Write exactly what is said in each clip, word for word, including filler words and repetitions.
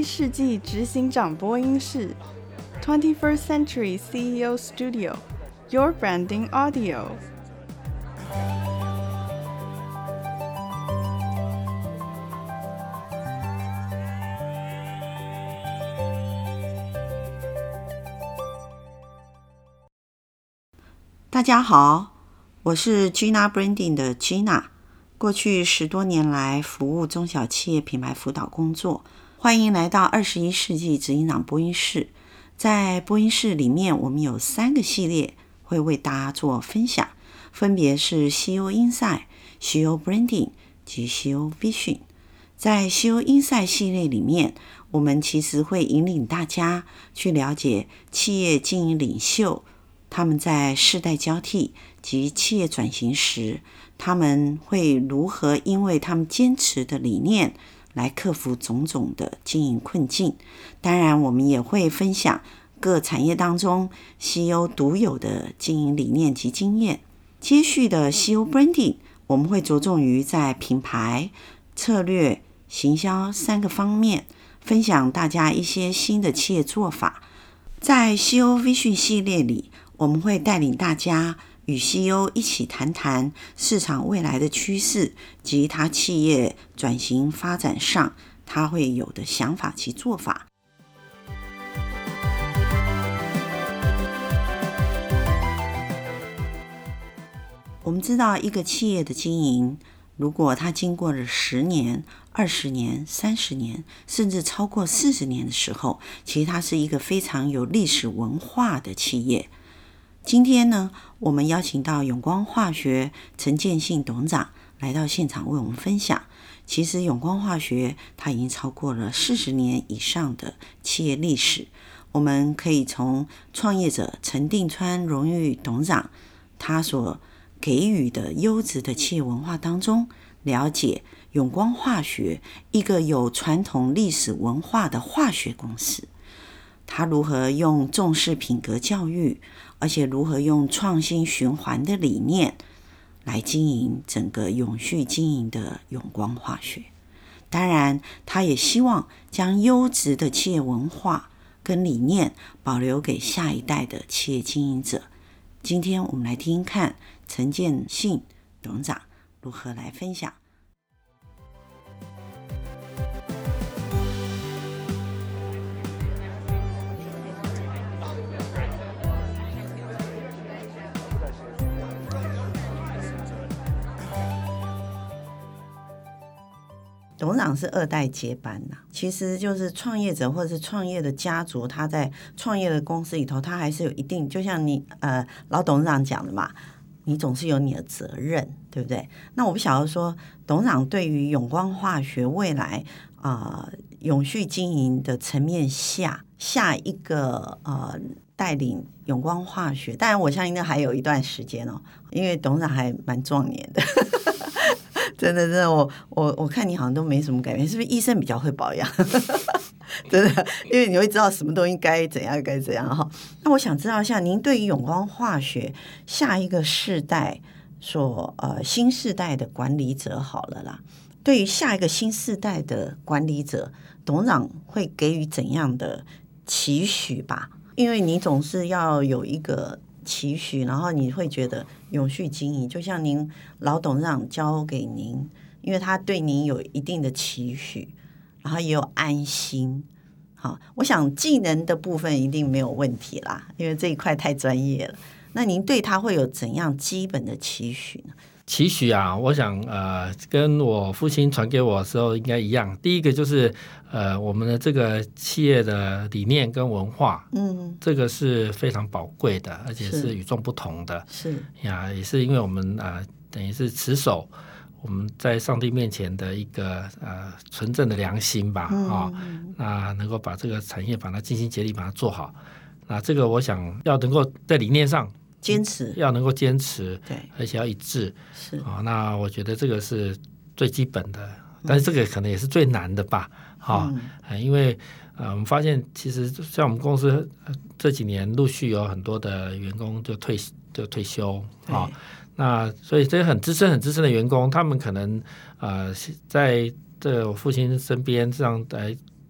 一世纪执行长播音室 twenty-first Century C E O Studio Your Branding Audio。 大家好，我是 Gina Branding 的 Gina， 过去十多年来服务中小企业品牌辅导工作，欢迎来到二十一世纪执行长播音室。在播音室里面，我们有三个系列会为大家做分享，分别是 C E O Insight、C E O Branding 及 C E O Vision。 在 C E O Insight 系列里面，我们其实会引领大家去了解企业经营领袖他们在世代交替及企业转型时，他们会如何因为他们坚持的理念来克服种种的经营困境。当然我们也会分享各产业当中 C E O 独有的经营理念及经验。接续的 C E O Branding 我们会着重于在品牌、策略、行销三个方面分享大家一些新的企业做法。在 C E O Vision 系列里，我们会带领大家与 C E O 一起谈谈市场未来的趋势及他企业转型发展上他会有的想法及做法。我们知道一个企业的经营，如果它经过了十年、二十年、三十年，甚至超过四十年的时候，其实它是一个非常有历史文化的企业。今天呢，我们邀请到永光化学陈建信董事长来到现场为我们分享。其实永光化学它已经超过了四十年以上的企业历史，我们可以从创业者陈定川荣誉董事长他所给予的优质的企业文化当中，了解永光化学一个有传统历史文化的化学公司，他如何用重视品格教育，而且如何用创新循环的理念来经营整个永续经营的永光化学。当然他也希望将优质的企业文化跟理念保留给下一代的企业经营者。今天我们来听听看陈建信董事长如何来分享。董事长是二代接班呐、啊，其实就是创业者或者是创业的家族，他在创业的公司里头，他还是有一定，就像你呃老董事长讲的嘛，你总是有你的责任，对不对？那我不晓得说，董事长对于永光化学未来啊、呃、永续经营的层面下，下一个呃带领永光化学，当然我相信那还有一段时间哦，因为董事长还蛮壮年的。真的真的，我我我看你好像都没什么改变，是不是医生比较会保养？真的，因为你会知道什么东西该怎样该怎样哈。那我想知道一下，您对于永光化学下一个世代所呃新世代的管理者好了啦，对于下一个新世代的管理者，董事长会给予怎样的期许吧？因为你总是要有一个期许，然后你会觉得永续经营，就像您老董事长交给您，因为他对您有一定的期许，然后也有安心。好，我想技能的部分一定没有问题啦，因为这一块太专业了。那您对他会有怎样基本的期许呢？ 期许啊，我想呃，跟我父亲传给我的时候应该一样。第一个就是呃，我们的这个企业的理念跟文化，嗯，这个是非常宝贵的，而且是与众不同的。 是呀，也是因为我们啊、呃，等于是持守我们在上帝面前的一个呃纯正的良心吧，啊、嗯哦，那能够把这个产业把它尽心竭力把它做好。那这个我想要能够在理念上坚持， 要能够坚持， 对， 而且要一致， 是啊、哦。那我觉得这个是最基本的，但是这个可能也是最难的吧，哈、嗯哦，因为呃，我们发现其实像我们公司这几年陆续有很多的员工就退就退休啊、哦，那所以这些很资深很资深的员工，他们可能呃在这我父亲身边这样来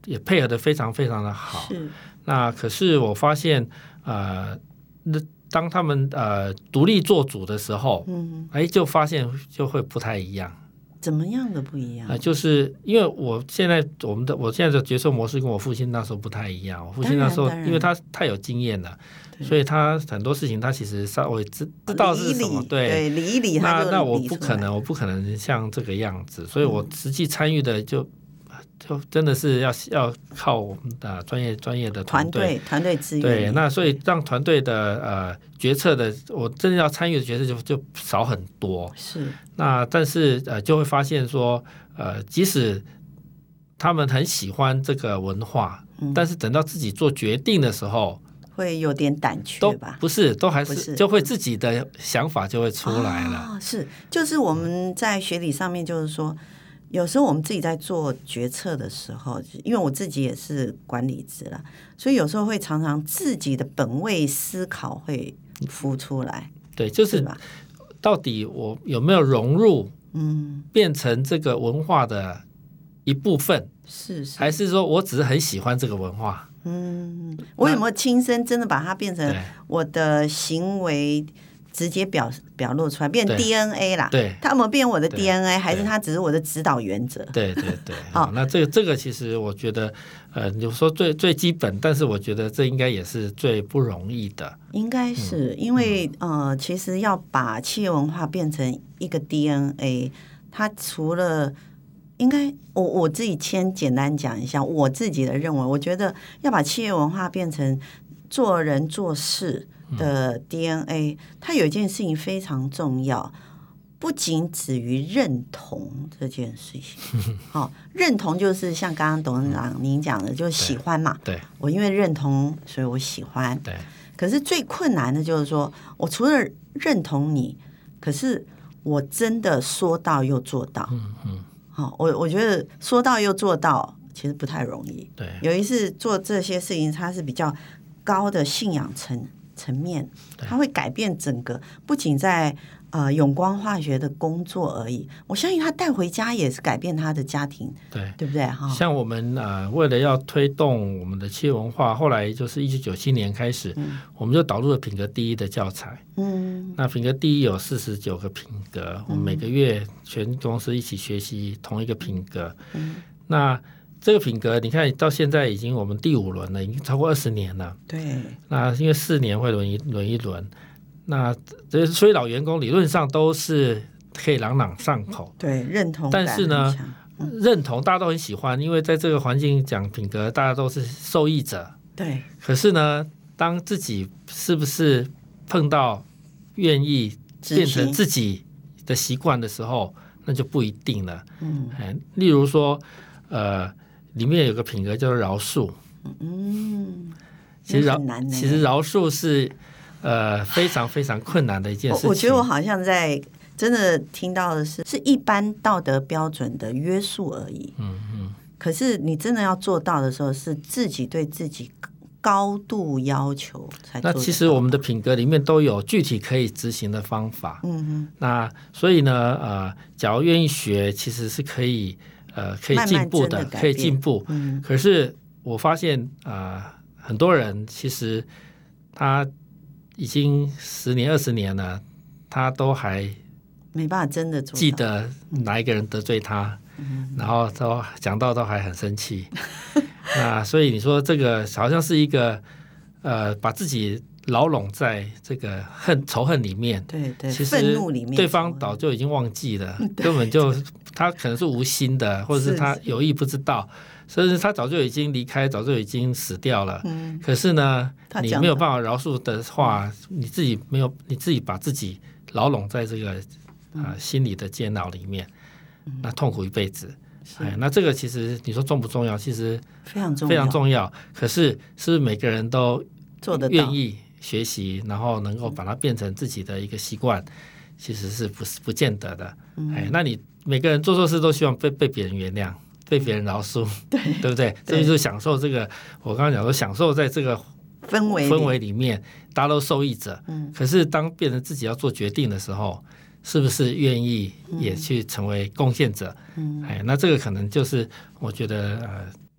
也配合的非常非常的好。 是。 那可是我发现，呃，那当他们呃独立做主的时候，嗯，哎，就发现就会不太一样。 怎么样的不一样？ 呃、就是因为我现在我们的我现在的决策模式跟我父亲那时候不太一样。我父亲那时候因为他太有经验了，所以他很多事情他其实稍微知知道是什么，对对，理一理他就理出来。 那那我不可能，我不可能像这个样子，所以我实际参与的就。就真的是要要靠我们的专业专业的团队团队资源。 对，那所以让团队的呃决策的，我真的要参与的决策就就少很多。 是。 那但是呃就会发现说，呃即使他们很喜欢这个文化，嗯、但是等到自己做决定的时候， 会有点胆怯吧？ 不是，都还是就会自己的想法就会出来了。 哦、是，就是我们在学理上面就是说。有时候我们自己在做决策的时候，因为我自己也是管理职啦，所以有时候会常常自己的本位思考会浮出来。 对，就是到底我有没有融入，嗯，变成这个文化的一部分， 是是， 还是说我只是很喜欢这个文化？ 嗯，我有没有亲身真的把它变成我的行为？直接 表, 表露出来变 D N A 啦， 对， 它有没有变我的 D N A， 还是它只是我的指导原则？ 对对对，好，那这个这个其实我觉得，呃，有时候最最基本，但是我觉得这应该也是最不容易的。 应该是、嗯、因为呃，其实要把企业文化变成一个 D N A， 它除了应该我我自己先简单讲一下我自己的认为，我觉得要把企业文化变成做人做事的 D N A， 它有一件事情非常重要，不仅止于认同这件事情。好、哦，认同就是像刚刚董事长您讲的，就是喜欢嘛。 对， 我因为认同，所以我喜欢。 对。 可是最困难的就是说，我除了认同你，可是我真的说到又做到。嗯嗯。好、哦，我我觉得说到又做到，其实不太容易。 对。 有一次做这些事情，它是比较高的信仰层。层面，它会改变整个，不仅在呃永光化学的工作而已。我相信他带回家也是改变他的家庭， 对对不对？哈， 像我们呃为了要推动我们的企业文化，后来就是一九九七年开始、嗯，我们就导入了品格第一的教材。嗯，那品格第一有四十九个品格，我们每个月全公司一起学习同一个品格。嗯，那这个品格你看到现在已经我们第五轮了，已经超过二十年了。 对，那因为四年会轮一轮一轮，那这所以老员工理论上都是可以朗朗上口。 对，认同感很强。 但是呢、嗯、认同大家都很喜欢，因为在这个环境讲品格大家都是受益者。 对， 可是呢当自己是不是碰到愿意变成自己的习惯的时候，那就不一定了。嗯，例如说呃里面有个品格叫做饶恕。嗯，其实饶其实饶恕是呃非常非常困难的一件事情。 我, 我觉得我好像在真的听到的是，是一般道德标准的约束而已。嗯嗯。可是你真的要做到的时候，是自己对自己高度要求才做得到。 那其实我们的品格里面都有具体可以执行的方法。嗯哼。那所以呢，呃，假如愿意学，其实是可以。呃，可以进步的， 慢慢可以进步。嗯，可是我发现啊、呃，很多人其实他已经十年、二十年了，他都还没办法真的做记得哪一个人得罪他，嗯、然后都讲到都还很生气。那所以你说这个好像是一个呃，把自己牢笼在这个恨仇恨里面， 对对， 其实愤怒里面， 对方早就已经忘记了，根本就他可能是无心的，或者是他有意不知道，甚至他早就已经离开，早就已经死掉了。嗯，可是呢，你没有办法饶恕的话，你自己没有，你自己把自己牢笼在这个、呃、心理的煎熬里面，那痛苦一辈子。哎，那这个其实你说重不重要？其实非常重要， 非常重要。可是是不是每个人都做得到， 愿意学习，然后能够把它变成自己的一个习惯，其实是不是不见得的。嗯、哎，那你每个人做错事都希望被被别人原谅，被别人饶恕， 对对不对？这就是享受这个，我刚刚讲说享受在这个氛围氛围里面，大家都受益者。嗯，可是当变成自己要做决定的时候，是不是愿意也去成为贡献者？嗯，哎，那这个可能就是我觉得呃，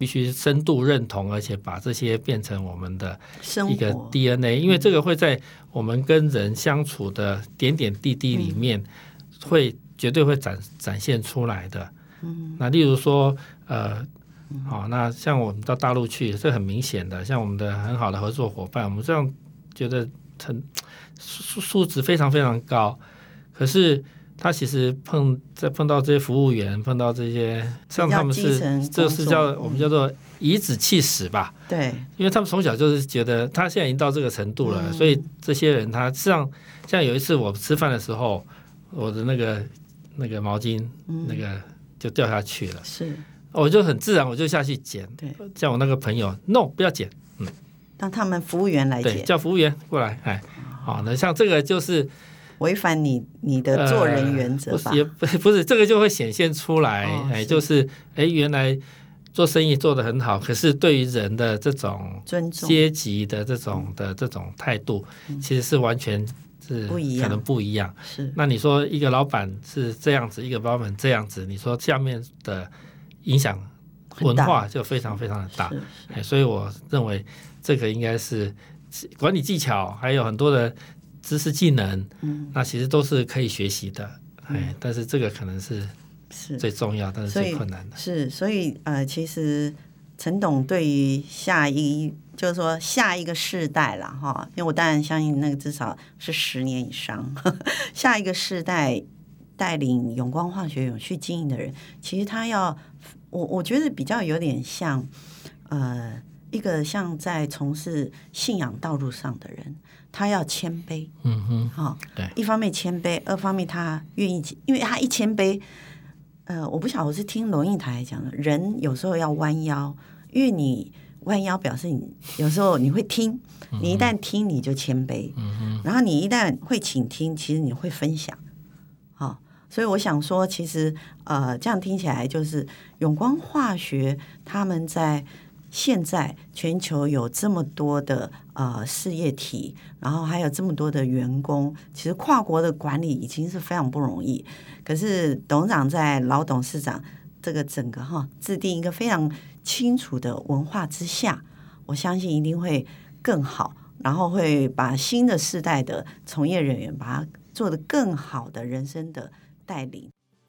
必须深度认同，而且把这些变成我们的一个 D N A， 因为这个会在我们跟人相处的点点滴滴里面，会绝对会展展现出来的。嗯，那例如说，呃，好、哦，那像我们到大陆去，这很明显的，像我们的很好的合作伙伴，我们这样觉得很素素质非常非常高，可是他其实碰在碰到这些服务员，碰到这些像他们是这是叫我们叫做颐指气使吧？ 对， 因为他们从小就是觉得他现在已经到这个程度了，嗯、所以这些人他像像有一次我吃饭的时候，我的那个那个毛巾、嗯、那个就掉下去了， 是， 我就很自然我就下去捡，对，叫我那个朋友 no 不要捡，嗯， 让他们服务员来捡， 对，叫服务员过来，哎，好、哦，那像这个就是。 违反你你的做人原则吧？ 呃、也不是这个就会显现出来，哦、哎，就是哎，原来做生意做得很好，可是对于人的这种尊重、 阶级的这种的这种态度，嗯、其实是完全是不一样， 可能不一样。 是， 那你说一个老板是这样子，一个老板这样子，你说下面的影响文化就非常非常的大。哎，所以我认为这个应该是管理技巧，还有很多的。知识技能，嗯，那其实都是可以学习的，嗯、哎，但是这个可能是最重要，但是最困难的。 是，所以呃，其实陈董对于下一，就是说下一个世代啦，哈，因为我当然相信那个至少是十年以上，呵呵下一个世代带领永光化学永续经营的人，其实他要，我我觉得比较有点像，呃，一个像在从事信仰道路上的人。他要谦卑， 嗯哼， 好、哦，对，一方面谦卑，二方面他愿意，因为他一谦卑，呃，我不晓得我是听龙应台讲的，人有时候要弯腰，因为你弯腰表示你有时候你会听，你一旦听你就谦卑，嗯哼，然后你一旦会倾听，其实你会分享，好、哦，所以我想说，其实呃，这样听起来就是永光化学他们在。现在全球有这么多的呃事业体，然后还有这么多的员工，其实跨国的管理已经是非常不容易。可是董事长在老董事长这个整个哈制定一个非常清楚的文化之下，我相信一定会更好，然后会把新的世代的从业人员把它做得更好的人生的带领。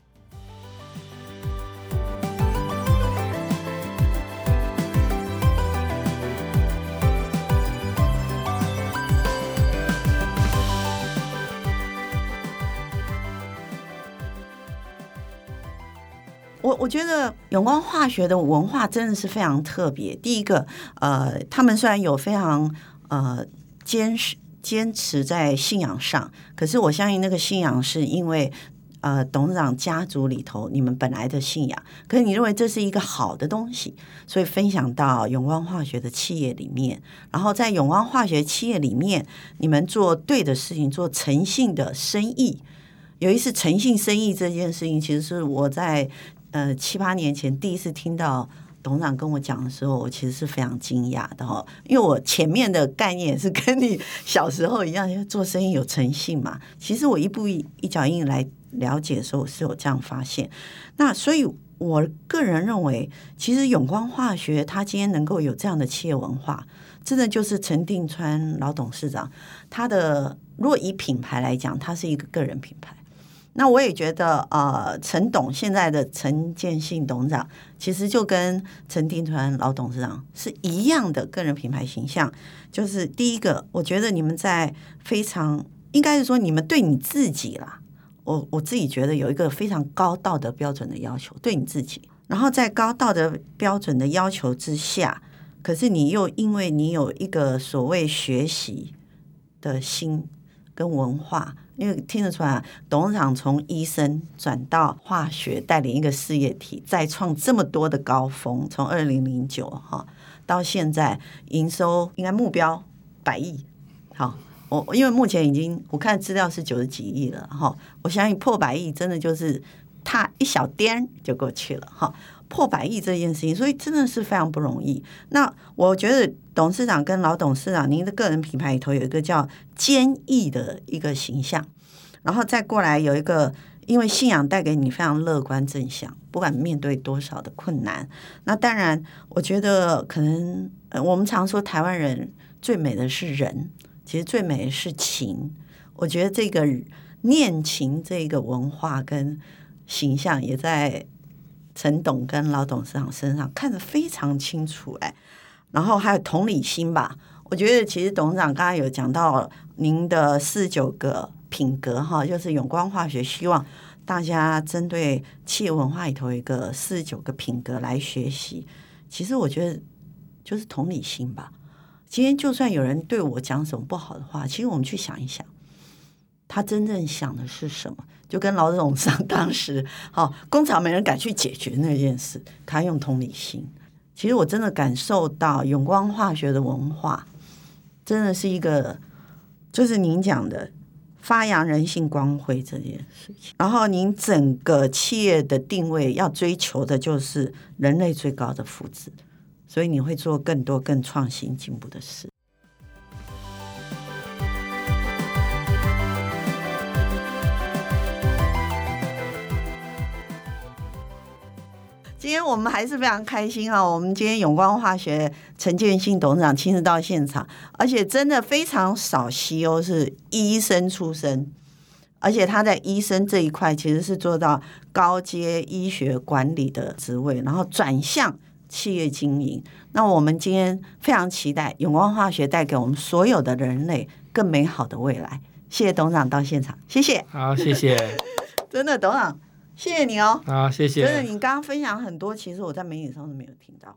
我我觉得永光化学的文化真的是非常特别。第一个，呃，他们虽然有非常呃坚持坚持在信仰上，可是我相信那个信仰是因为呃董事长家族里头你们本来的信仰，可是你认为这是一个好的东西，所以分享到永光化学的企业里面，然后在永光化学企业里面，你们做对的事情，做诚信的生意。有一次诚信生意这件事情，其实是我在呃，七八年前第一次听到董事长跟我讲的时候，我其实是非常惊讶的哈，因为我前面的概念是跟你小时候一样，做生意有诚信嘛。其实我一步一一脚印来了解的时候，我是有这样发现。那所以我个人认为，其实永光化学它今天能够有这样的企业文化，真的就是陈定川老董事长他的，如果以品牌来讲，他是一个个人品牌。那我也觉得，呃，陈董现在的陈建信董事长，其实就跟陈定川老董事长是一样的个人品牌形象。就是第一个，我觉得你们在非常，应该是说你们对你自己啦，我我自己觉得有一个非常高道德标准的要求，对你自己。然后在高道德标准的要求之下，可是你又因为你有一个所谓学习的心跟文化。因为听得出来，董事长从医生转到化学，带领一个事业体，再创这么多的高峰，从二零零九哈到现在，营收应该目标百亿。好，我因为目前已经我看资料是九十几亿了哈，我相信破百亿真的就是踏一小颠就过去了哈。破百亿这件事情，所以真的是非常不容易。那我觉得董事长跟老董事长，您的个人品牌里头有一个叫坚毅的一个形象，然后再过来有一个因为信仰带给你非常乐观正向，不管面对多少的困难。那当然我觉得可能、呃、我们常说台湾人最美的是人，其实最美的是情。我觉得这个念情这个文化跟形象也在陈董跟老董事长身上看得非常清楚。哎，然后还有同理心吧，我觉得其实董事长刚才有讲到您的四十九个品格哈，就是永光化学希望大家针对企业文化里头有一个四十九个品格来学习。其实我觉得就是同理心吧。今天就算有人对我讲什么不好的话，其实我们去想一想，他真正想的是什么？就跟老董事长当时好，工厂没人敢去解决那件事，他用同理心。其实我真的感受到永光化学的文化真的是一个，就是您讲的发扬人性光辉这件事情。然后您整个企业的定位要追求的就是人类最高的福祉，所以你会做更多更创新进步的事。今天我们还是非常开心啊！我们今天永光化学陈建信董事长亲自到现场，而且真的非常少 C E O 是医生出身，而且他在医生这一块其实是做到高阶医学管理的职位，然后转向企业经营。那我们今天非常期待永光化学带给我们所有的人类更美好的未来。谢谢董事长到现场，谢谢。 好，谢谢。 真的，董事长。谢谢你哦， 好，谢谢。 真的，你刚刚分享很多，其实我在媒体上都没有听到。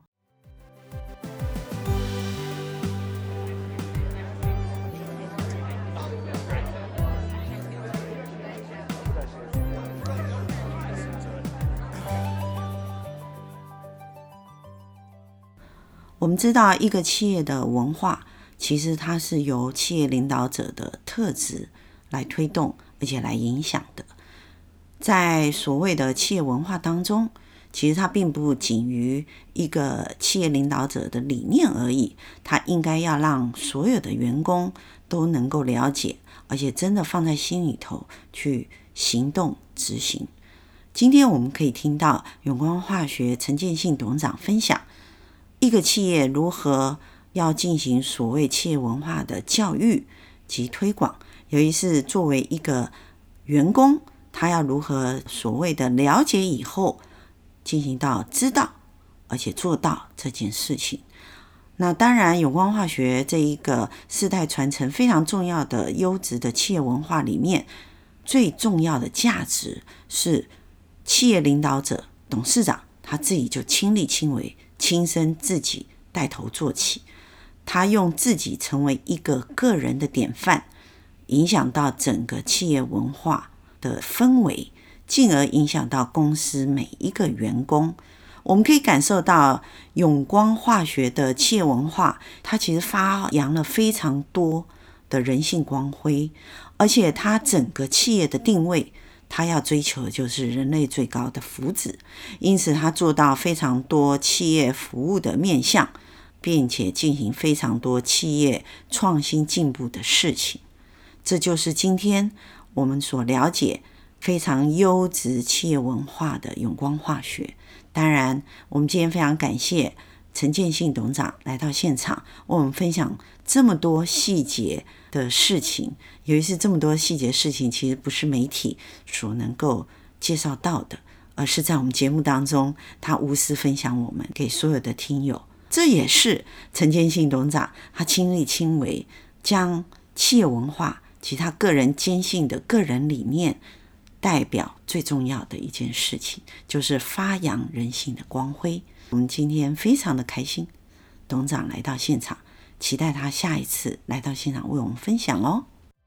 我们知道，一个企业的文化，其实它是由企业领导者的特质来推动，而且来影响的。在所谓的企业文化当中，其实它并不仅于一个企业领导者的理念而已，它应该要让所有的员工都能够了解，而且真的放在心里头去行动执行。今天我们可以听到永光化学陈建信董事长分享一个企业如何要进行所谓企业文化的教育及推广，尤其是作为一个员工，他要如何所谓的了解以后进行到知道而且做到这件事情。那当然永光化学这一个世代传承非常重要的优质的企业文化里面，最重要的价值是企业领导者董事长他自己就亲力亲为，亲身自己带头做起，他用自己成为一个个人的典范，影响到整个企业文化的氛围，进而影响到公司每一个员工。我们可以感受到永光化学的企业文化，它其实发扬了非常多的人性光辉，而且它整个企业的定位，它要追求的就是人类最高的福祉，因此它做到非常多企业服务的面向，并且进行非常多企业创新进步的事情。这就是今天我们所了解非常优质企业文化的永光化学。当然我们今天非常感谢陈建信董事长来到现场，为我们分享这么多细节的事情，尤其是这么多细节事情其实不是媒体所能够介绍到的，而是在我们节目当中他无私分享我们给所有的听友。这也是陈建信董事长他亲力亲为，将企业文化其他个人坚信的个人理念代表最重要的一件事情，就是发扬人性的光辉。我们今天非常的开心董事长来到现场，期待他下一次来到现场为我们分享哦。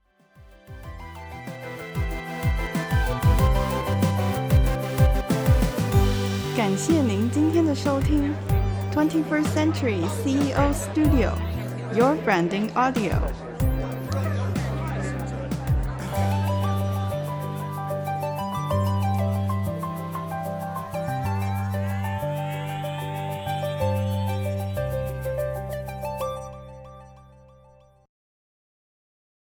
感谢您今天的收听 twenty-first Century C E O Studio Your Branding Audio。